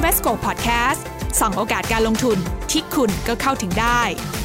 Invesco Podcast ส่องโอกาสการลงทุนที่คุณก็เข้าถึงได้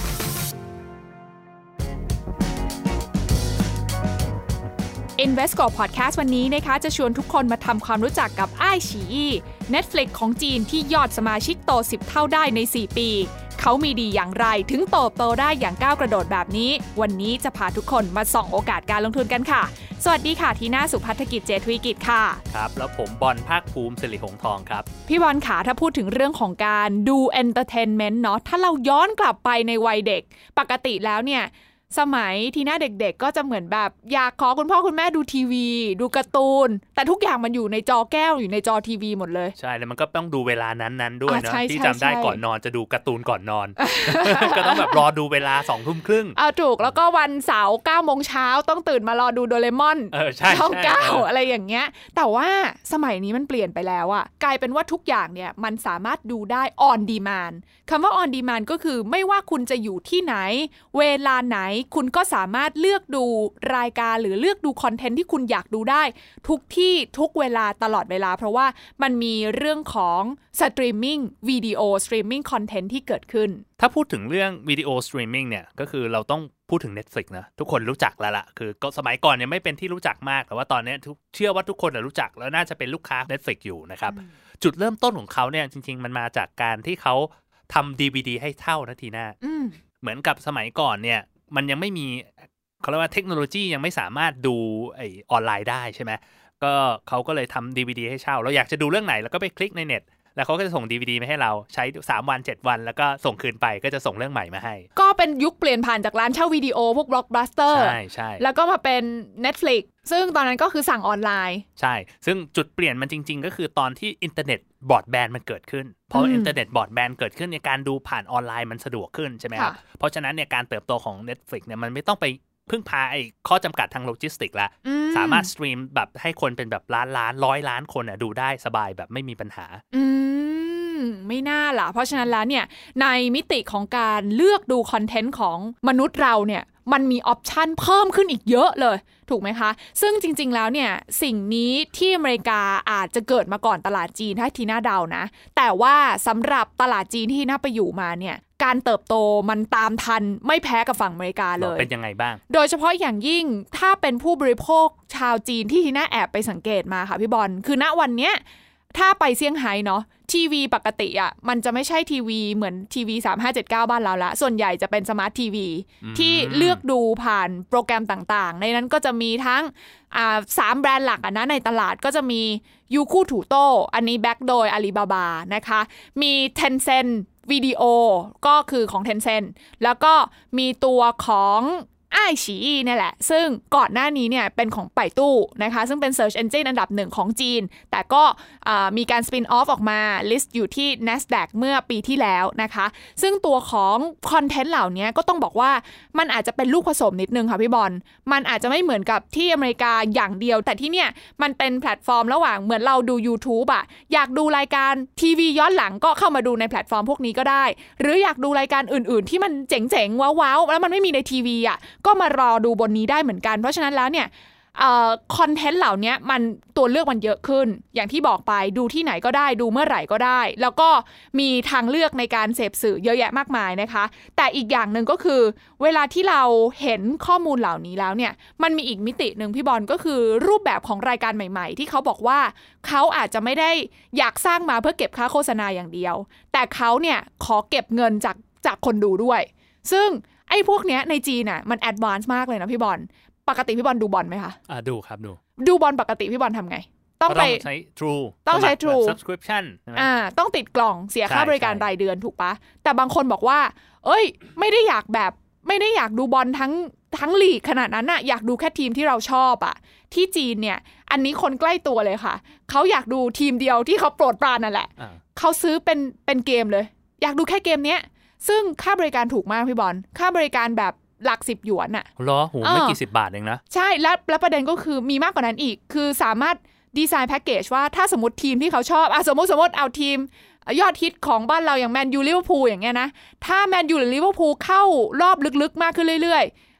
Invesco Podcast วันนี้นะคะจะชวนทุกคนมาทำความรู้จักกับอ้ายฉีอี้ Netflix ของจีนที่ยอดสมาชิกโต10เท่าได้ใน4ปีเขามีดีอย่างไรถึงโตได้อย่างก้าวกระโดดแบบนี้วันนี้จะพาทุกคนมาส่องโอกาสการลงทุนกันค่ะสวัสดีค่ะทีน่าสุภัทรกิจเจตวิกิจค่ะครับแล้วผมบอลภาคภูมิสิริหงส์ทองครับพี่บอลขาถ้าพูดถึงเรื่องของการดูเอนเตอร์เทนเมนต์เนาะถ้าเราย้อนกลับไปในวัยเด็กปกติแล้วเนี่ยสมัยทีน่าเด็กๆก็จะเหมือนแบบอยากขอคุณพ่อคุณแม่ดูทีวีดูการ์ตูนแต่ทุกอย่างมันอยู่ในจอแก้วอยู่ในจอทีวีหมดเลยใช่แล้วมันก็ต้องดูเวลานั้นๆด้วยเนาะที่จำได้ก่อนนอนจะดูการ์ตูนก่อนนอน ก็ต้องแบบรอดูเวลา 20:30 น. ถูกแล้วก็วันเสาร์ 9:00 น.ต้องตื่นมารอดูโดเรมอนช่อง 9อะไรอย่างเงี้ยแต่ว่าสมัยนี้มันเปลี่ยนไปแล้วอะกลายเป็นว่าทุกอย่างเนี่ยมันสามารถดูได้ on demand คำว่า on demand ก็คือไม่ว่าคุณจะอยู่ที่ไหนเวลาไหนคุณก็สามารถเลือกดูรายการหรือเลือกดูคอนเทนต์ที่คุณอยากดูได้ทุกที่ทุกเวลาตลอดเวลาเพราะว่ามันมีเรื่องของสตรีมมิ่งวิดีโอสตรีมมิ่งคอนเทนต์ที่เกิดขึ้นถ้าพูดถึงเรื่องวิดีโอสตรีมมิ่งเนี่ยก็คือเราต้องพูดถึง Netflix นะทุกคนรู้จักแล้วล่ะคือก็สมัยก่อนเนี่ยไม่เป็นที่รู้จักมากแต่ว่าตอนนี้เชื่อว่าทุกคนรู้จักแล้วน่าจะเป็นลูกค้า Netflix อยู่นะครับจุดเริ่มต้นของเขาเนี่ยจริงๆมันมาจากการที่เขาทำ DVD ให้เช่านะทีน่าเหมือนกับสมัยก่อนเนี่ยมันยังไม่มีเขาเรียกว่าเทคโนโลยียังไม่สามารถดูออนไลน์ได้ใช่ไหมก็เขาก็เลยทำ DVD ให้เช่าเราอยากจะดูเรื่องไหนแล้วก็ไปคลิกในเน็ตแล้วเขาก็จะส่ง DVD มาให้เราใช้3วัน7วันแล้วก็ส่งคืนไปก็จะส่งเรื่องใหม่มาให้ก็เป็นยุคเปลี่ยนผ่านจากร้านเช่าวิดีโอพวก Blockbuster ใช่แล้วก็มาเป็น Netflix ซึ่งตอนนั้นก็คือสั่งออนไลน์ใช่ซึ่งจุดเปลี่ยนมันจริงๆก็คือตอนที่อินเทอร์เน็ตบรอดแบนด์มันเกิดขึ้นพออินเทอร์เน็ตบรอดแบนด์เกิดขึ้นในการดูผ่านออนไลน์มันสะดวกขึ้นใช่ไหมครับเพราะฉะนั้นเนี่ยการเติบโตของ Netflix เนี่ยมันไม่ต้องไปพึ่งพาข้อจำกัดทางโลจิสติกแล้วสามารถสตรีมแบบให้คนเป็นแบบล้าน100 ล้านคนดูได้สบายแบบไม่มีปัญหาไม่น่าล่ะเพราะฉะนั้นแล้วเนี่ยในมิติของการเลือกดูคอนเทนต์ของมนุษย์เราเนี่ยมันมีออปชันเพิ่มขึ้นอีกเยอะเลยถูกไหมคะซึ่งจริงๆแล้วเนี่ยสิ่งนี้ที่อเมริกาอาจจะเกิดมาก่อนตลาดจีนถ้าทีน่าเดานะแต่ว่าสำหรับตลาดจีนที่น่าไปอยู่มาเนี่ยการเติบโตมันตามทันไม่แพ้กับฝั่งอเมริกาเลยเป็นยังไงบ้างโดยเฉพาะอย่างยิ่งถ้าเป็นผู้บริโภคชาวจีนที่ทีน่าแอบไปสังเกตมาค่ะพี่บอลคือณวันเนี้ยถ้าไปเซี่ยงไฮ้เนาะทีวีปกติอ่ะมันจะไม่ใช่ทีวีเหมือนทีวี3579บ้านเราละส่วนใหญ่จะเป็นสมาร์ททีวีที่เลือกดูผ่านโปรแกรมต่างๆในนั้นก็จะมีทั้ง3แบรนด์หลักนะในตลาดก็จะมียูคู่ถูโต้อันนี้แบ็คโดยอาลีบาบานะคะมี Tencent วิดีโอก็คือของ Tencent แล้วก็มีตัวของอ้ายฉีอี้เนี่ยแหละซึ่งก่อนหน้านี้เนี่ยเป็นของไปตู้นะคะซึ่งเป็น Search Engine อันดับ1ของจีนแต่ก็มีการ spin off ออกมา list อยู่ที่ NASDAQ เมื่อปีที่แล้วนะคะซึ่งตัวของคอนเทนต์เหล่านี้ก็ต้องบอกว่ามันอาจจะเป็นลูกผสมนิดนึงค่ะพี่บอลมันอาจจะไม่เหมือนกับที่อเมริกาอย่างเดียวแต่ที่เนี่ยมันเป็นแพลตฟอร์มระหว่างเหมือนเราดู YouTube อ่ะอยากดูรายการทีวีย้อนหลังก็เข้ามาดูในแพลตฟอร์มพวกนี้ก็ได้หรืออยากดูรายการอื่นๆที่มันเจ๋งๆว้าวๆแล้วมันไม่มีในทีวีอ่ะก็มารอดูบนนี้ได้เหมือนกันเพราะฉะนั้นแล้วเนี่ยคอนเทนต์เหล่านี้มันตัวเลือกมันเยอะขึ้นอย่างที่บอกไปดูที่ไหนก็ได้ดูเมื่อไหร่ก็ได้แล้วก็มีทางเลือกในการเสพสื่อเยอะแยะมากมายนะคะแต่อีกอย่างนึงก็คือเวลาที่เราเห็นข้อมูลเหล่านี้แล้วเนี่ยมันมีอีกมิตินึงพี่บอลก็คือรูปแบบของรายการใหม่ๆที่เขาบอกว่าเขาอาจจะไม่ได้อยากสร้างมาเพื่อเก็บค่าโฆษณาอย่างเดียวแต่เขาเนี่ยขอเก็บเงินจากคนดูด้วยซึ่งไอ้พวกเนี้ยในจีนน่ะมันแอดวานซ์มากเลยนะพี่บอลปกติพี่บอลดูบอลไหมคะดูครับดูบอลปกติพี่บอลทำไงต้องใช้ True ต้องใช้ True subscription ต้องติดกล่องเสียค่าบริการรายเดือนถูกปะแต่บางคนบอกว่าเอ้ยไม่ได้อยากดูบอลทั้งลีกขนาดนั้นน่ะอยากดูแค่ทีมที่เราชอบอ่ะที่จีนเนี่ยอันนี้คนใกล้ตัวเลยค่ะเขาอยากดูทีมเดียวที่เขาโปรดปรานนั่นแหละเขาซื้อเป็นเกมเลยอยากดูแค่เกมเนี้ยซึ่งค่าบริการถูกมากพี่บอลค่าบริการแบบหลัก10 หยวนน่ะเหรอโหไม่กี่10 บาทเองนะใช่แล้วประเด็นก็คือมีมากกว่านั้นอีกคือสามารถดีไซน์แพ็คเกจว่าถ้าสมมติทีมที่เขาชอบสมมติเอาทีมยอดฮิตของบ้านเราอย่างแมนยูลิเวอร์พูลอย่างเงี้ยนะถ้าแมนยูหรือลิเวอร์พูลเข้ารอบลึกๆมากขึ้นเรื่อยๆ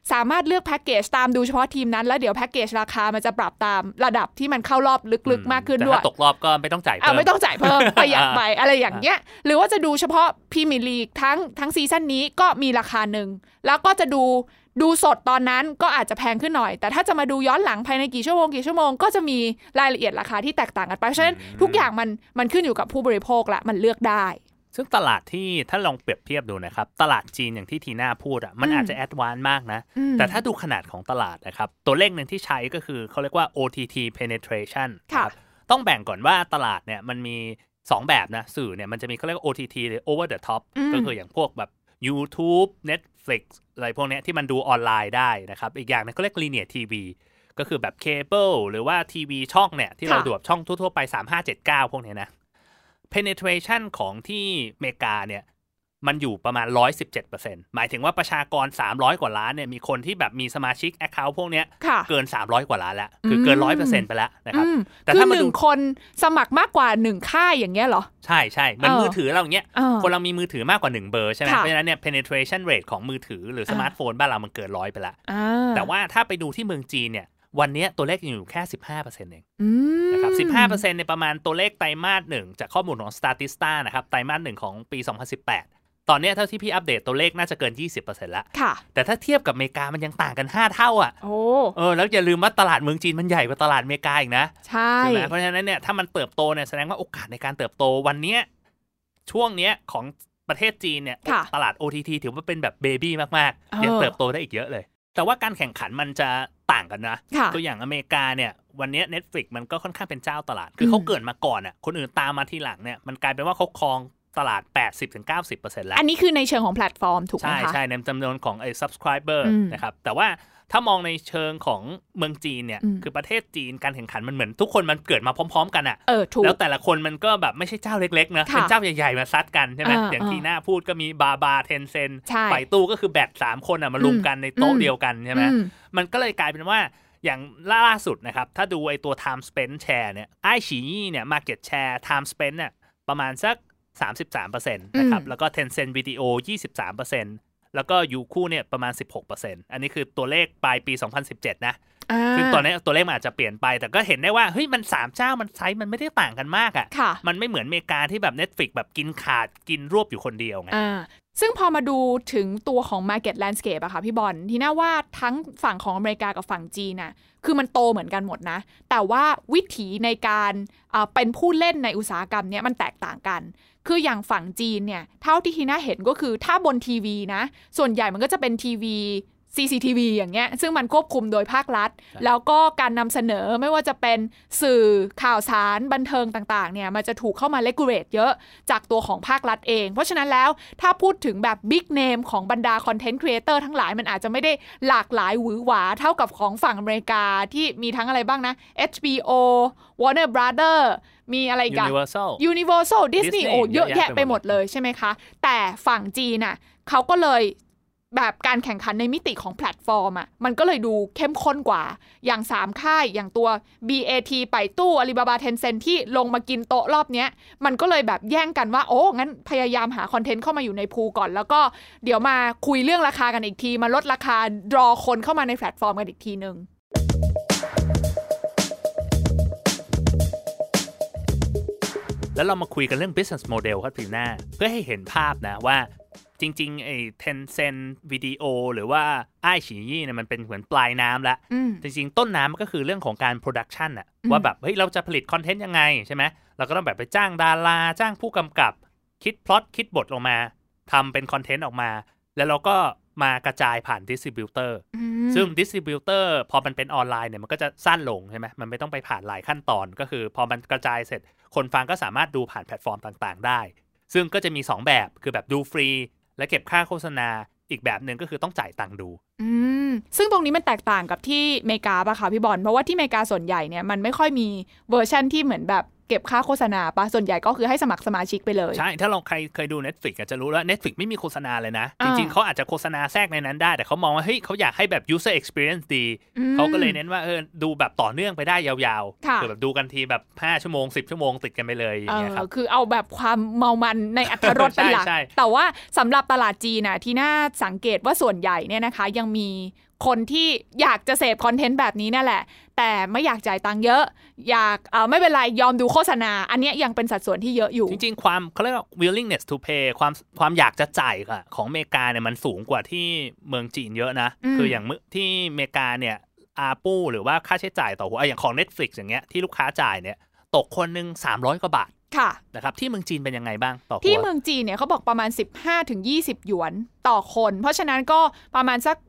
สามารถเลือกแพ็กเกจตามดูเฉพาะทีมนั้นแล้วเดี๋ยวแพ็กเกจราคามันจะปรับตามระดับที่มันเข้ารอบลึกๆมากขึ้นด้วยแต่ถ้าตกรอบก็ไม่ต้องจ่ายเพิ่มไม่ต้องจ่ายเพิ่ม ประหยัดไปอะไรอย่างเงี้ยหรือว่าจะดูเฉพาะพรีเมียร์ลีกทั้งซีซั่นนี้ก็มีราคานึงแล้วก็จะดูสดตอนนั้นก็อาจจะแพงขึ้นหน่อยแต่ถ้าจะมาดูย้อนหลังภายในกี่ชั่วโมงก็จะมีรายละเอียดราคาที่แตกต่างกันไปเพราะฉะนั้นทุกอย่างมันขึ้นอยู่กับผู้บริโภคละมันเลือกได้ซึ่งตลาดที่ถ้าลองเปรียบเทียบดูนะครับตลาดจีนอย่างที่ทีน่าพูดมันอาจจะแอดวานซ์มากนะแต่ถ้าดูขนาดของตลาดนะครับตัวเลขหนึ่งที่ใช้ก็คือเขาเรียกว่า OTT penetration ครับต้องแบ่งก่อนว่าตลาดเนี่ยมันมี2แบบนะสื่อเนี่ยมันจะมีเขาเรียกว่า OTT หรือ over the top ก็คืออย่างพวกแบบ YouTube Netflix อะไรพวกนี้ที่มันดูออนไลน์ได้นะครับอีกอย่างนึงก็เรียก linear TV ก็คือแบบเคเบิลหรือว่าทีวีช่องเนี่ยที่เราดูแบบช่องทั่วๆไป3579พวกนี้นะpenetration ของที่อเมริกาเนี่ยมันอยู่ประมาณ 117% หมายถึงว่าประชากร300กว่าล้านเนี่ยมีคนที่แบบมีสมาชิก account พวกเนี้ยเกิน300กว่าล้านแล้วคือเกิน 100% ไปแล้วนะครับแต่ถ้ามาดูคนสมัครมากกว่า1ค่ายอย่างเงี้ยเหรอใช่ๆมันมือถือเราอย่างเงี้ยคนเรามีมือถือมากกว่า1เบอร์ใช่มั้ยเพราะฉะนั้นเนี่ย penetration rate ของมือถือหรือสมาร์ทโฟนบ้านเรามันเกิน100ไปแล้วแต่ว่าถ้าไปดูที่เมืองจีนเนี่ยวันนี้ตัวเลขยังอยู่แค่ 15% เองนะครับ 15% ในประมาณตัวเลขไตรมาส1จากข้อมูลของ Statista นะครับไตรมาส1ของปี 2018 ตอนนี้เท่าที่พี่อัปเดตตัวเลขน่าจะเกิน 20% แล้วแต่ถ้าเทียบกับอเมริกามันยังต่างกัน5เท่าอ่ะแล้วอย่าลืมว่าตลาดเมืองจีนมันใหญ่กว่าตลาดอเมริกาอีกนะใช่ไหมเพราะฉะนั้นเนี่ยถ้ามันเติบโตเนี่ยแสดงว่าโอกาสในการเติบโตวันนี้ช่วงนี้ของประเทศจีนเนี่ยตลาด OTT ถือว่าเป็นแบบเบบี้มากๆยังเติบโตได้อีกเยอะเลยแต่ว่าการแข่งขันมันจะต่างกันนะตัวอย่างอเมริกาเนี่ยวันนี้ Netflix มันก็ค่อนข้างเป็นเจ้าตลาดคือเขาเกิดมาก่อนอ่ะคนอื่นตามมาทีหลังเนี่ยมันกลายเป็นว่าเขาครองตลาด 80-90% แล้วอันนี้คือในเชิงของแพลตฟอร์มถูกไหมคะใช่ในจำนวนของsubscriber นะครับแต่ว่าถ้ามองในเชิงของเมืองจีนเนี่ยคือประเทศจีนการแข่งขันมันเหมือนทุกคนมันเกิดมาพร้อมๆกันอ่ะแล้วแต่ละคนมันก็แบบไม่ใช่เจ้าเล็กๆนะเป็นเจ้าใหญ่ๆมาซัดกันใช่ไหมอย่างที่หน้าพูดก็มีบาเทนเซนไปตู้ก็คือแบต3คนอ่ะมารุมกันในโต๊ะเดียวกันใช่ไหมมันก็เลยกลายเป็นว่าอย่างล่าสุดนะครับถ้าดูไอตัว time spent share เนี่ยไอฉียี่เนี่ย market share time spent เนี่ยประมาณสัก 33% นะครับแล้วก็ Tencent Video 23%แล้วก็ยูคู่เนี่ยประมาณ 16% อันนี้คือตัวเลขปลายปี 2017 นะซึ่งตอนนี้ตัวเลขมันอาจจะเปลี่ยนไปแต่ก็เห็นได้ว่าเฮ้ยมัน3เจ้ามันไซส์มันไม่ได้ต่างกันมากอ่ะมันไม่เหมือนอเมริกาที่แบบ Netflix แบบกินขาดกินรวบอยู่คนเดียวไงซึ่งพอมาดูถึงตัวของ market landscape อะค่ะพี่บอลที่น่าว่าทั้งฝั่งของอเมริกากับฝั่งจีนน่ะคือมันโตเหมือนกันหมดนะแต่ว่าวิถีในการเป็นผู้เล่นในอุตสาหกรรมเนี้ยมันแตกต่างกันคืออย่างฝั่งจีนเนี่ยเท่าที่ทีน่าเห็นก็คือถ้าบนทีวีนะส่วนใหญ่มันก็จะเป็นทีวี CCTV อย่างเงี้ยซึ่งมันควบคุมโดยภาครัฐแล้วก็การนำเสนอไม่ว่าจะเป็นสื่อข่าวสารบันเทิงต่างๆเนี่ยมันจะถูกเข้ามาเลกูเลตเยอะจากตัวของภาครัฐเองเพราะฉะนั้นแล้วถ้าพูดถึงแบบบิ๊กเนมของบรรดาคอนเทนต์ครีเอเตอร์ทั้งหลายมันอาจจะไม่ได้หลากหลายหวือหวาเท่ากับของฝั่งอเมริกาที่มีทั้งอะไรบ้างนะ HBO Warner Brother มีอะไรกัน Universal Disney เยอะแยะไปหมดเลยใช่ไหมคะแต่ฝั่งจีนน่ะเขาก็เลยแบบการแข่งขันในมิติของแพลตฟอร์มอ่ะมันก็เลยดูเข้มข้นกว่าอย่าง3ค่ายอย่างตัว BAT ไปตู้ Alibaba Tencent ที่ลงมากินโต๊ะรอบเนี้ยมันก็เลยแบบแย่งกันว่าโอ้งั้นพยายามหาคอนเทนต์เข้ามาอยู่ในพูลก่อนแล้วก็เดี๋ยวมาคุยเรื่องราคากันอีกทีมาลดราคาดรอคนเข้ามาในแพลตฟอร์มกันอีกทีนึงแล้วเรามาคุยกันเรื่อง business model ครับพี่หน้าเพื่อให้เห็นภาพนะว่าจริงๆไอ้ Tencent Video หรือว่าไอ้ฉียี่เนี่ยมันเป็นเหมือนปลายน้ำละจริงๆต้นน้ำมันก็คือเรื่องของการ production อะว่าแบบเฮ้ยเราจะผลิตคอนเทนต์ยังไงใช่ไหมเราก็ต้องแบบไปจ้างดาราจ้างผู้กำกับคิดพล็อตคิดบทออกมาทำเป็นคอนเทนต์ออกมาแล้วเราก็มากระจายผ่านดิสทริบิวเตอร์ซึ่งดิสทริบิวเตอร์พอมันเป็นออนไลน์เนี่ยมันก็จะสั้นลงใช่ไหมมันไม่ต้องไปผ่านหลายขั้นตอนก็คือพอมันกระจายเสร็จคนฟังก็สามารถดูผ่านแพลตฟอร์มต่างๆได้ซึ่งก็จะมี2แบบคือแบบดูฟรีและเก็บค่าโฆษณาอีกแบบหนึ่งก็คือต้องจ่ายตังค์ดูซึ่งตรงนี้มันแตกต่างกับที่อเมริกาป่ะคะพี่บอลเพราะว่าที่อเมริกาส่วนใหญ่เนี่ยมันไม่ค่อยมีเวอร์ชันที่เหมือนแบบเก็บค่าโฆษณาป่ะส่วนใหญ่ก็คือให้สมัครสมาชิกไปเลยใช่ถ้าเราใครเคยดู Netflix อาจจะรู้แล้ว Netflix ไม่มีโฆษณาเลยนะจริงๆเขาอาจจะโฆษณาแทรกในนั้นได้แต่เขามองว่าเฮ้ยเขาอยากให้แบบ user experience ดีเขาก็เลยเน้นว่าดูแบบต่อเนื่องไปได้ยาวๆคือแบบดูกันทีแบบ5ชั่วโมง10ชั่วโมงติดกันไปเลยอย่างเงี้ยครับคือเอาแบบความเมามันในอรรถรสเป็นหลักแต่ว่าสำหรับตลาดจีนน่ะที่น่าสังเกตว่าส่วนใหญ่เนี่ยนะคะยังมีคนที่อยากจะเสพคอนเทนต์แบบนี้นั่นแหละแต่ไม่อยากจ่ายตังค์เยอะอยากไม่เป็นไรยอมดูโฆษณาอันนี้ยังเป็นสัดส่วนที่เยอะอยู่จริงๆความเขาเรียกว่า willingness to pay ความอยากจะจ่ายของอเมริกาเนี่ยมันสูงกว่าที่เมืองจีนเยอะนะคืออย่างที่อเมริกาเนี่ยARPU หรือว่าค่าใช้จ่ายต่อหัวอย่างของ Netflix อย่างเงี้ยที่ลูกค้าจ่ายเนี่ยตกคนนึง300 กว่าบาทค่ะนะครับที่เมืองจีนเป็นยังไงบ้างต่อหัวที่เมืองจีนเนี่ยเขาบอกประมาณ 15-20 หยวนต่อคนเพราะฉะนั้นก็ประมาณสัก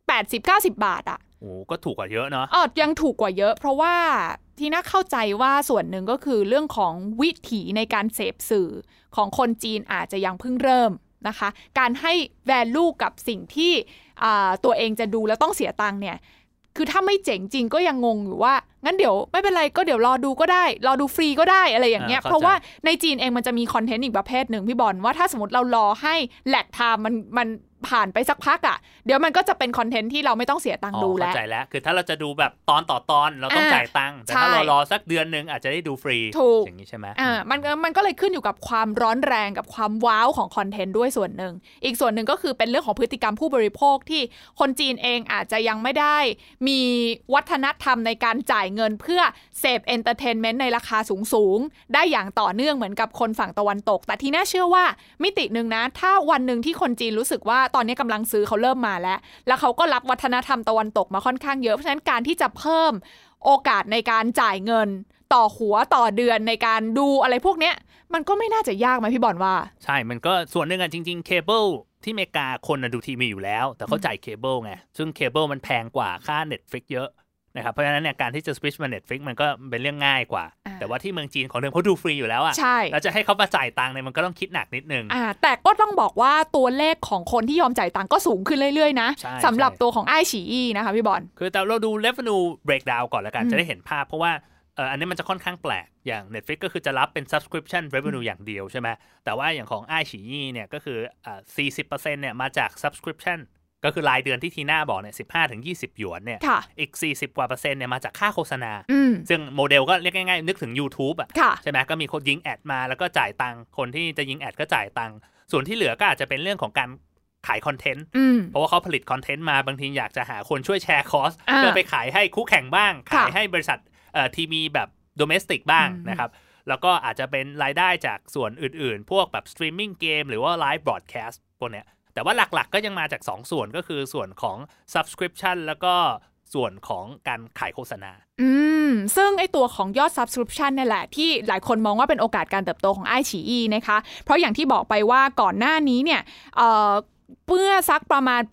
80-90 บาทอะโอ้ก็ถูกกว่าเยอะเนาะยังถูกกว่าเยอะเพราะว่าที่น่าเข้าใจว่าส่วนหนึ่งก็คือเรื่องของวิถีในการเสพสื่อของคนจีนอาจจะยังเพิ่งเริ่มนะคะการให้ value กับสิ่งที่ตัวเองจะดูแล้วต้องเสียตังค์เนี่ยคือถ้าไม่เจ๋งจริงก็ยังงงอยู่ว่างั้นเดี๋ยวไม่เป็นไรก็เดี๋ยวรอดูก็ได้รอดูฟรีก็ได้อะไรอย่างเงี้ยเพราะว่าในจีนเองมันจะมีคอนเทนต์อีกประเภทหนึ่งพี่บอลว่าถ้าสมมติเรารอให้แลกไทม์มันผ่านไปสักพักอ่ะเดี๋ยวมันก็จะเป็นคอนเทนต์ที่เราไม่ต้องเสียตังค์ดูแล้วเข้าใจแล้วคือถ้าเราจะดูแบบตอนต่อตอนเราต้องจ่ายตังค์แต่ถ้าเรารอสักเดือนนึงอาจจะได้ดูฟรีอย่างนี้ใช่ไหมมันก็เลยขึ้นอยู่กับความร้อนแรงกับความว้าวของคอนเทนต์ด้วยส่วนหนึ่งอีกส่วนหนึ่งก็คือเป็นเรื่องของพฤติกรรมผู้บริโภคที่คนจีนเองอาจจะยังไม่ได้มีวัฒนธรรมในการจ่ายเงินเพื่อเสพเอนเตอร์เทนเมนต์ในราคาสูงๆได้อย่างต่อเนื่องเหมือนกับคนฝั่งตะวันตกแต่ที่น่าเชื่อว่ามิตินึงนะถ้าวันนึงที่คนจีนรู้สึกว่าตอนนี้กำลังซื้อเขาเริ่มมาแล้วเขาก็รับวัฒนธรรมตะวันตกมาค่อนข้างเยอะเพราะฉะนั้นการที่จะเพิ่มโอกาสในการจ่ายเงินต่อหัวต่อเดือนในการดูอะไรพวกเนี้ยมันก็ไม่น่าจะยากไหมพี่บอลว่าใช่มันก็ส่วนหนึ่งจริงๆเคเบิลที่อเมริกาคนดูทีวีอยู่แล้วแต่เขาจ่ายเคเบิลไงซึ่งเคเบิลมันแพงกว่าค่า Netflix เยอะนะครับเพราะฉะนั้นเนี่ยการที่จะ switch มา Netflix มันก็เป็นเรื่องง่ายกว่าแต่ว่าที่เมืองจีนของเดิมเขาดูฟรีอยู่แล้วอ่ะแล้วจะให้เขามาจ่ายตังค์เนี่ยมันก็ต้องคิดหนักนิดนึงแต่ก็ต้องบอกว่าตัวเลขของคนที่ยอมจ่ายตังค์ก็สูงขึ้นเรื่อยๆนะสำหรับตัวของไอฉีอี้นะคะพี่บอลคือแต่เราดู revenue breakdown ก่อนแล้วกันจะได้เห็นภาพเพราะว่าอันนี้มันจะค่อนข้างแปลกอย่าง Netflix ก็คือจะรับเป็น subscription revenue อย่างเดียวใช่ไหมแต่ว่าอย่างของไอฉีอี้เนี่ยก็คือ40% เนี่ยมาจาก subscriptionก็คือรายเดือนที่ทีน่าบอกเนี่ย15-20 หยวนเนี่ยอีก40 กว่า%เนี่ยมาจากค่าโฆษณาซึ่งโมเดลก็เรียกง่ายๆนึกถึง YouTube อ่ะใช่ไหมก็มีคนยิงแอดมาแล้วก็จ่ายตังค์คนที่จะยิงแอดก็จ่ายตังค์ส่วนที่เหลือก็อาจจะเป็นเรื่องของการขายคอนเทนต์เพราะว่าเขาผลิตคอนเทนต์มาบางทีอยากจะหาคนช่วยแชร์คอสเพื่อไปขายให้คู่แข่งบ้างขายให้บริษัททีวีแบบโดเมสติกบ้างนะครับแล้วก็อาจจะเป็นรายได้จากส่วนอื่นๆพวกแบบสตรีมมิ่งเกมหรือว่าไลฟ์บรอดแคสต์พวกเนี้ยแต่ว่าหลักๆก็ยังมาจาก2ส่วนก็คือส่วนของ subscription แล้วก็ส่วนของการขายโฆษณาซึ่งไอตัวของยอด subscription เนี่ยแหละที่หลายคนมองว่าเป็นโอกาสการเติบโตของไอฉีอีนะคะเพราะอย่างที่บอกไปว่าก่อนหน้านี้เนี่ยเมื่อสักประมาณปี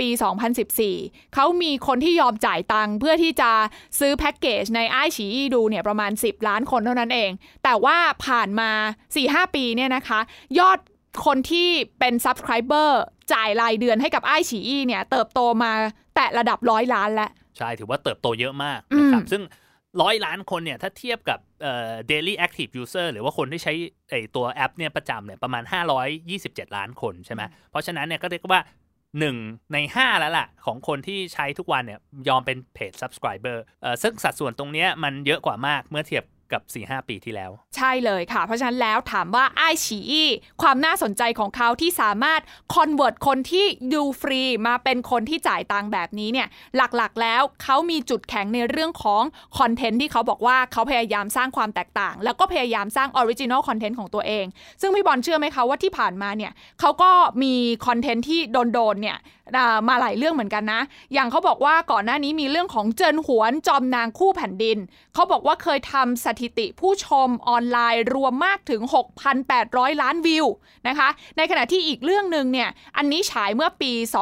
2014เขามีคนที่ยอมจ่ายตังค์เพื่อที่จะซื้อแพ็กเกจในไอฉีอีดูเนี่ยประมาณ10 ล้านคนเท่านั้นเองแต่ว่าผ่านมา 4-5 ปีเนี่ยนะคะยอดคนที่เป็น subscriber จ่ายรายเดือนให้กับไอฉีอีเนี่ยเติบโตมาแตะระดับ100 ล้านแล้วใช่ถือว่าเติบโตเยอะมากนะครับซึ่ง100 ล้านคนเนี่ยถ้าเทียบกับdaily active user หรือว่าคนที่ใช้ตัวแอปเนี่ยประจำเนี่ยประมาณ527 ล้านคนใช่ไหมเพราะฉะนั้นเนี่ยก็เรียกว่า1 ใน 5แล้วล่ะของคนที่ใช้ทุกวันเนี่ยยอมเป็นเพจ subscriber ซึ่งสัดส่วนตรงนี้มันเยอะกว่ามากเมื่อเทียบกับ 4-5 ปีที่แล้วใช่เลยค่ะเพราะฉะนั้นแล้วถามว่าไอฉีอีความน่าสนใจของเขาที่สามารถคอนเวิร์ตคนที่ดูฟรีมาเป็นคนที่จ่ายตังค์แบบนี้เนี่ยหลักๆแล้วเขามีจุดแข็งในเรื่องของคอนเทนต์ที่เขาบอกว่าเขาพยายามสร้างความแตกต่างแล้วก็พยายามสร้างออริจินอลคอนเทนต์ของตัวเองซึ่งพี่บอลเชื่อไหมคะว่าที่ผ่านมาเนี่ยเขาก็มีคอนเทนต์ที่โดนเนี่ยมาหลายเรื่องเหมือนกันนะอย่างเขาบอกว่าก่อนหน้านี้มีเรื่องของเจินหวนจอมนางคู่แผ่นดินเขาบอกว่าเคยทำสถิติผู้ชมออนไลน์รวมมากถึง 6,800 ล้านวิวนะคะในขณะที่อีกเรื่องนึงเนี่ยอันนี้ฉายเมื่อปี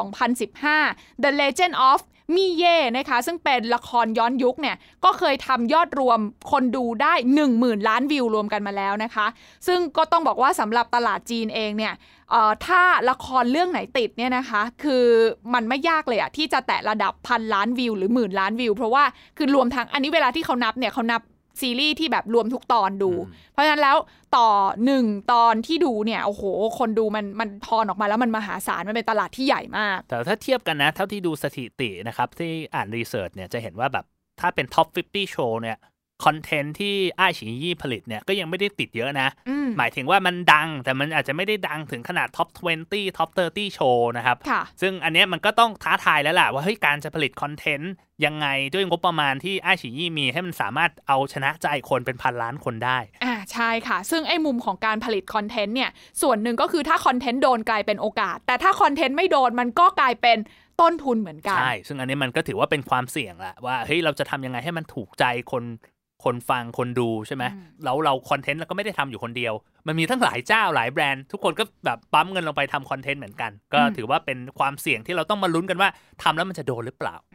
2015 The Legend of มีเย่นะคะซึ่งเป็นละครย้อนยุคเนี่ยก็เคยทำยอดรวมคนดูได้ 10,000 ล้านวิวรวมกันมาแล้วนะคะซึ่งก็ต้องบอกว่าสำหรับตลาดจีนเองเนี่ยถ้าละครเรื่องไหนติดเนี่ยนะคะคือมันไม่ยากเลยอะที่จะแตะระดับ1,000 ล้านวิวหรือ10,000 ล้านวิวเพราะว่าคือรวมทั้งอันนี้เวลาที่เขานับเนี่ยเขานับซีรีส์ที่แบบรวมทุกตอนดูเพราะฉะนั้นแล้วต่อ1ตอนที่ดูเนี่ยโอ้โหคนดูมันทอนออกมาแล้วมันมหาศาลมันเป็นตลาดที่ใหญ่มากแต่ถ้าเทียบกันนะเท่าที่ดูสถิตินะครับที่อ่านรีเสิร์ชเนี่ยจะเห็นว่าแบบถ้าเป็น Top 50 โชว์เนี่ยคอนเทนต์ที่อ้ายฉียี่ผลิตเนี่ยก็ยังไม่ได้ติดเยอะนะหมายถึงว่ามันดังแต่มันอาจจะไม่ได้ดังถึงขนาดท็อป20ท็อป30โชว์นะครับซึ่งอันเนี้ยมันก็ต้องท้าทายแล้วล่ะว่าเฮ้ยการจะผลิตคอนเทนต์ยังไงด้วยงบประมาณที่อ้ายฉียี่มีให้มันสามารถเอาชนะใจคนเป็นพันล้านคนได้ใช่ค่ะซึ่งไอ้มุมของการผลิตคอนเทนต์เนี่ยส่วนหนึ่งก็คือถ้าคอนเทนต์โดนกลายเป็นโอกาสแต่ถ้าคอนเทนต์ไม่โดนมันก็กลายเป็นต้นทุนเหมือนกันใช่ซึ่งอันนี้มันก็ถือว่าเป็นความเสี่ยงละว่าเฮ้ยเราจะทำยังไงให้มันถูกใจคนฟังคนดูใช่ไหมแล้วเราคอนเทนต์เราก็ไม่ได้ทำอยู่คนเดียวมันมีทั้งหลายเจ้าหลายแบรนด์ทุกคนก็แบบปั๊มเงินลงไปทำคอนเทนต์เหมือนกันก็ถือว่าเป็นความเสี่ยงที่เราต้องมาลุ้นกันว่าทำแล้วมันจะโดนหรือเปล่า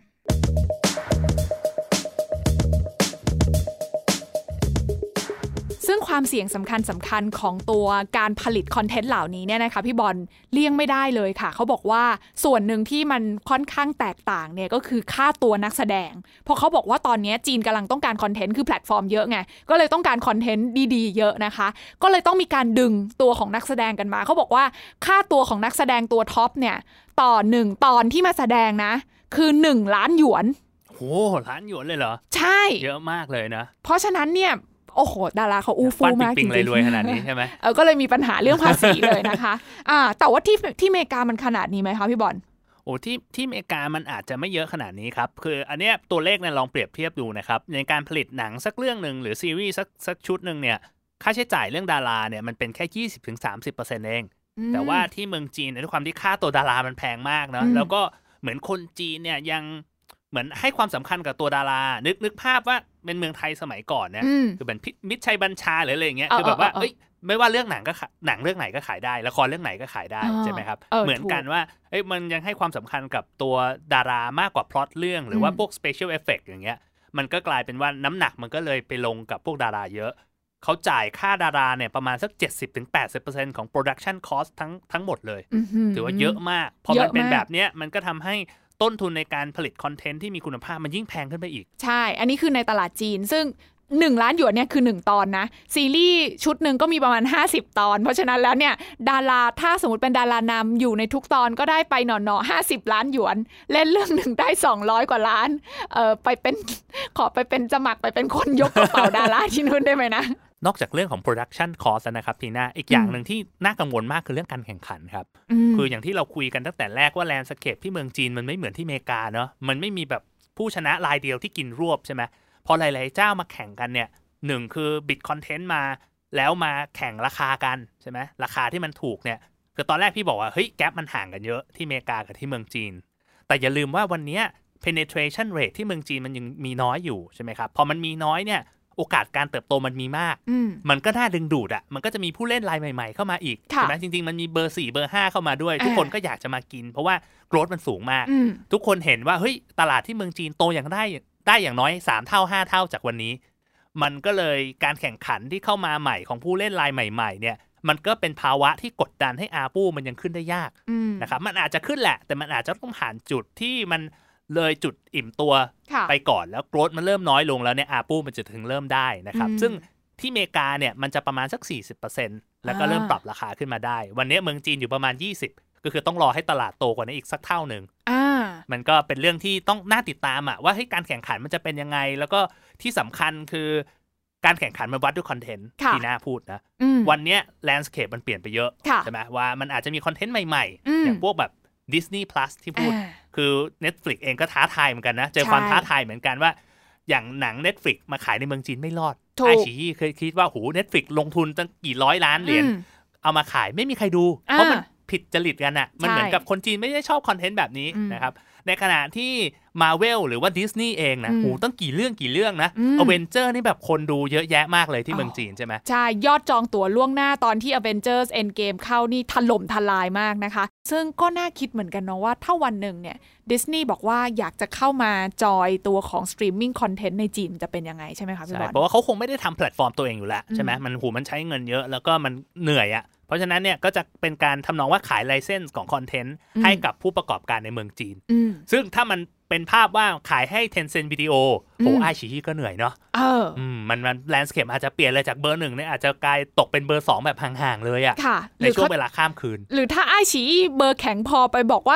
ซึ่งความเสี่ยงสำคัญของตัวการผลิตคอนเทนต์เหล่านี้เนี่ยนะคะพี่บอลเลี่ยงไม่ได้เลยค่ะเขาบอกว่าส่วนหนึ่งที่มันค่อนข้างแตกต่างเนี่ยก็คือค่าตัวนักแสดงเพราะเขาบอกว่าตอนนี้จีนกำลังต้องการคอนเทนต์คือแพลตฟอร์มเยอะไงก็เลยต้องการคอนเทนต์ดีๆเยอะนะคะก็เลยต้องมีการดึงตัวของนักแสดงกันมาเขาบอกว่าค่าตัวของนักแสดงตัวท็อปเนี่ยต่อ1ตอนที่มาแสดงนะคือ1ล้านหยวนโอ้ล้านหยวนเลยเหรอใช่เยอะมากเลยนะเพราะฉะนั้นเนี่ยโอ้โหดาราเขาอู้ฟู่มากจริงๆเลยรวยขนาดนี้ใช่ไหมก็เลยมีปัญหาเรื่องภาษีเลยนะคะแต่ว่าที่อเมริกามันขนาดนี้ไหมคะพี่บอลโอ้ที่อเมริกามันอาจจะไม่เยอะขนาดนี้ครับคืออันเนี้ยตัวเลขเนี่ยลองเปรียบเทียบดูนะครับในการผลิตหนังสักเรื่องนึงหรือซีรีส์สักชุดนึงเนี่ยค่าใช้จ่ายเรื่องดาราเนี่ยมันเป็นแค่ 20-30% เองแต่ว่าที่เมืองจีนด้วยความที่ค่าตัวดารามันแพงมากเนาะแล้วก็เหมือนคนจีนเนี่ยยังเหมือนให้ความสำคัญกับตัวดารานึกภาพว่าเป็นเมืองไทยสมัยก่อนเนี่ยคือเป็นมิตรชัยบัญชาหรืออะไรอย่างเงี้ยคือแบบว่าเอ้ยไม่ว่าเรื่องหนังเรื่องไหนก็ขายได้ละครเรื่องไหนก็ขายได้ใช่ไหมครับเหมือนกันว่าเอ้ยมันยังให้ความสำคัญกับตัวดารามากกว่าพล็อตเรื่องหรือว่าพวก special effect อย่างเงี้ยมันก็กลายเป็นว่าน้ำหนักมันก็เลยไปลงกับพวกดาราเยอะเขาจ่ายค่าดาราเนี่ยประมาณสัก 70-80% ของ production cost ทั้งหมดเลยถือว่าเยอะมากพอมันเป็นแบบเนี้ยมันก็ทำให้ต้นทุนในการผลิตคอนเทนต์ที่มีคุณภาพมันยิ่งแพงขึ้นไปอีกใช่อันนี้คือในตลาดจีนซึ่ง1ล้านหยวนเนี่ยคือ1ตอนนะซีรีส์ชุดนึงก็มีประมาณ50ตอนเพราะฉะนั้นแล้วเนี่ยดาราถ้าสมมติเป็นดารานำอยู่ในทุกตอนก็ได้ไปหน่อ50ล้านหยวนเล่นเรื่องนึงได้200กว่าล้านไปเป็นขอไปเป็นสมัครไปเป็นคนยกกระเป๋าดาราที่นู่นได้ไหมนะนอกจากเรื่องของ production cost นะครับทีน่าอีกอย่างหนึ่งที่น่ากังวลมากคือเรื่องการแข่งขันครับคืออย่างที่เราคุยกันตั้งแต่แรกว่าแลนด์สเคปที่เมืองจีนมันไม่เหมือนที่อเมริกาเนาะมันไม่มีแบบผู้ชนะรายเดียวที่กินรวบใช่ไหมพอหลายๆเจ้ามาแข่งกันเนี่ยหนึ่งคือบิดคอนเทนต์มาแล้วมาแข่งราคากันใช่ไหมราคาที่มันถูกเนี่ยคือตอนแรกพี่บอกว่าเฮ้ยแกปมันห่างกันเยอะที่อเมริกากับที่เมืองจีนแต่อย่าลืมว่าวันนี้ penetration rate ที่เมืองจีนมันยังมีน้อยอยู่ใช่ไหมครับพอมันมีน้อยเนี่ยโอกาสการเติบโตมันมีมากมันก็น่าดึงดูดอ่ะมันก็จะมีผู้เล่นรายใหม่ๆเข้ามาอีกใช่ไหมจริงๆมันมีเบอร์4เบอร์5เข้ามาด้วยทุกคนก็อยากจะมากินเพราะว่าโกรธมันสูงมากทุกคนเห็นว่าเฮ้ยตลาดที่เมืองจีนโตอย่างได้อย่างน้อย3เท่า5เท่าจากวันนี้มันก็เลยการแข่งขันที่เข้ามาใหม่ของผู้เล่นรายใหม่ๆเนี่ยมันก็เป็นภาวะที่กดดันให้อาปูมันยังขึ้นได้ยากนะครับมันอาจจะขึ้นแหละแต่มันอาจจะต้องผ่านจุดที่มันเลยจุดอิ่มตัวไปก่อนแล้วโกรธมันเริ่มน้อยลงแล้วเนี่ยอาปูมันจะถึงเริ่มได้นะครับซึ่งที่อเมริกาเนี่ยมันจะประมาณสัก 40% แล้วก็เริ่มปรับราคาขึ้นมาได้วันนี้เมืองจีนอยู่ประมาณ20ก็คือต้องรอให้ตลาดโตกว่านี้อีกสักเท่านึงมันก็เป็นเรื่องที่ต้องน่าติดตามอะว่าให้การแข่งขันมันจะเป็นยังไงแล้วก็ที่สำคัญคือการแข่งขันมันวัดด้วยคอนเทนต์ที่น่าพูดนะวันนี้แลนด์สเคปมันเปลี่ยนไปเยอะใช่ไหมว่ามันอาจจะมีคอนเทนต์ใหม่ๆอย่างพวกแบบ Disney Plus ที่พูดคือ Netflix เองก็ท้าทายเหมือนกันนะเจอความท้าทายเหมือนกันว่าอย่างหนัง Netflix มาขายในเมืองจีนไม่รอดไอฉีเคยคิดว่าโห Netflix ลงทุนตั้งกี่ร้อยล้านเหรียญเอามาขายไม่มีใครดูเพราะมันผิดจริตกันอ่ะมันเหมือนกับคนจีนไม่ได้ชอบคอนเทนต์แบบนี้นะครับในขณะที่ Marvel หรือว่า Disney เองนะโหตั้งกี่เรื่องนะ Avengers นี่แบบคนดูเยอะแยะมากเลยที่เมืองจีนใช่ไหมใช่ยอดจองตั๋วล่วงหน้าตอนที่ Avengers Endgame เข้านี่ถล่มทลายมากนะคะซึ่งก็น่าคิดเหมือนกันเนาะว่าถ้าวันหนึ่งเนี่ย Disney บอกว่าอยากจะเข้ามาจอยตัวของ streaming content ในจีนจะเป็นยังไงใช่ไหมคะพี่บอลเพราะว่าเขาคงไม่ได้ทำแพลตฟอร์มตัวเองอยู่แล้วใช่ไหมมันใช้เงินเยอะแล้วก็มันเหนื่อยอ่ะเพราะฉะนั้นเนี่ยก็จะเป็นการทำนองว่าขายไลเซนส์ของคอนเทนต์ให้กับผู้ประกอบการในเมืองจีนซึ่งถ้ามันเป็นภาพว่าขายให้ Tencent Video โอ้ไอฉี่ก็เหนื่อยเนาะมันแลนด์สเคปอาจจะเปลี่ยนเลยจากเบอร์1เนี่ยอาจจะกลายตกเป็นเบอร์2แบบห่างๆเลยอะในช่วงเวลาข้ามคืนหรือถ้าไอฉี่เบอร์แข็งพอไปบอกว่า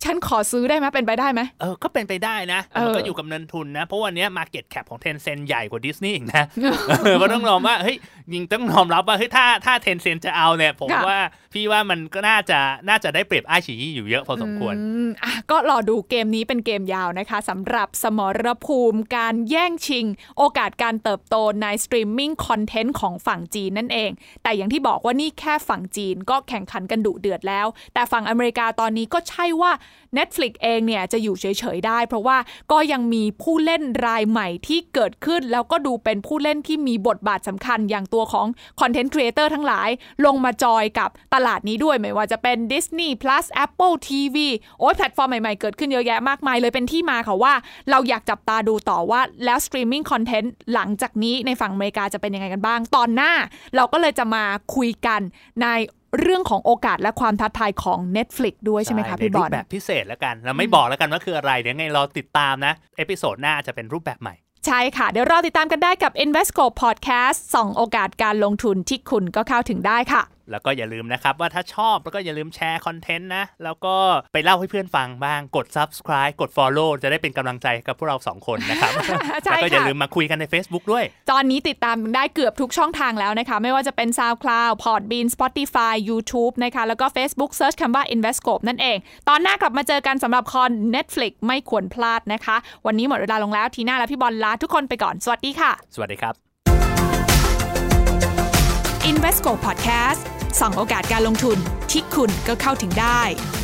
ฉันขอซื้อได้ไหมเป็นไปได้ไหมก็เป็นไปได้นะมันก็อยู่กับเงินทุนนะเพราะวันนี้ market cap ของ Tencent ใหญ่กว่า Disney อีกนะก็ต้องยอมว่าเฮ้ยยิงต้องยอมรับว่าเฮ้ยถ้า Tencent จะเอาเนี่ยผมว่าพี่ว่ามันก็น่าจะได้เปรียบอ้ายฉี่อยู่เยอะพอสมควรก็รอดูเกมนี้เป็นเกมยาวนะคะสำหรับสมรภูมิการแย่งชิงโอกาสการเติบโตในสตรีมมิ่งคอนเทนต์ของฝั่งจีนนั่นเองแต่อย่างที่บอกว่านี่แค่ฝั่งจีนก็แข่งขันกันดุเดือดแล้วแต่ฝั่งอเมริกาตอนนี้ก็ใช่ว่า Netflix เองเนี่ยจะอยู่เฉยๆได้เพราะว่าก็ยังมีผู้เล่นรายใหม่ที่เกิดขึ้นแล้วก็ดูเป็นผู้เล่นที่มีบทบาทสำคัญอย่างตัวของคอนเทนต์ครีเอเตอร์ทั้งหลายลงมาจอยกับตลาดนี้ด้วยไม่ว่าจะเป็น Disney Plus Apple TV แพลตฟอร์มใหม่ๆเกิดขึ้นเยอะแยะมากมายเลยเป็นที่มาค่ะว่าเราอยากจับตาดูต่อว่าแล้วสตรีมมิ่งคอนเทนต์หลังจากนี้ในฝั่งอเมริกาจะเป็นยังไงกันบ้างตอนหน้าเราก็เลยจะมาคุยกันในเรื่องของโอกาสและความท้าทายของ Netflix ด้วยใช่ไหมคะพี่บอลแบบพิเศษแล้วกันเราไม่บอกแล้วกันว่าคืออะไรเดี๋ยวไงเราติดตามนะเอพิโซดหน้าจะเป็นรูปแบบใหม่ใช่ค่ะเดี๋ยวรอติดตามกันได้กับ Invesco Podcast ส่องโอกาสการลงทุนที่คุณก็เข้าถึงได้ค่ะแล้วก็อย่าลืมนะครับว่าถ้าชอบแล้วก็อย่าลืมแชร์คอนเทนต์นะแล้วก็ไปเล่าให้เพื่อนฟังบ้างกด Subscribe กด Follow จะได้เป็นกำลังใจกับพวกเรา2คนนะครับ แล้วก็อย่าลืมมาคุยกันใน Facebook ด้วยตอนนี้ติดตามได้เกือบทุกช่องทางแล้วนะคะไม่ว่าจะเป็น SoundCloud Podbean Spotify YouTube นะคะแล้วก็ Facebook Search คำว่า Invesscope นั่นเองตอนหน้ากลับมาเจอกันสำหรับคอน Netflix ไม่ควรพลาดนะคะวันนี้หมดเวลาลงแล้วทีน่าและพี่บอลลาทุกคนไปก่อนสวัสดีค่ะสวัสดีครับ Invesscope Podcast ส่องโอกาสการลงทุนที่คุณก็เข้าถึงได้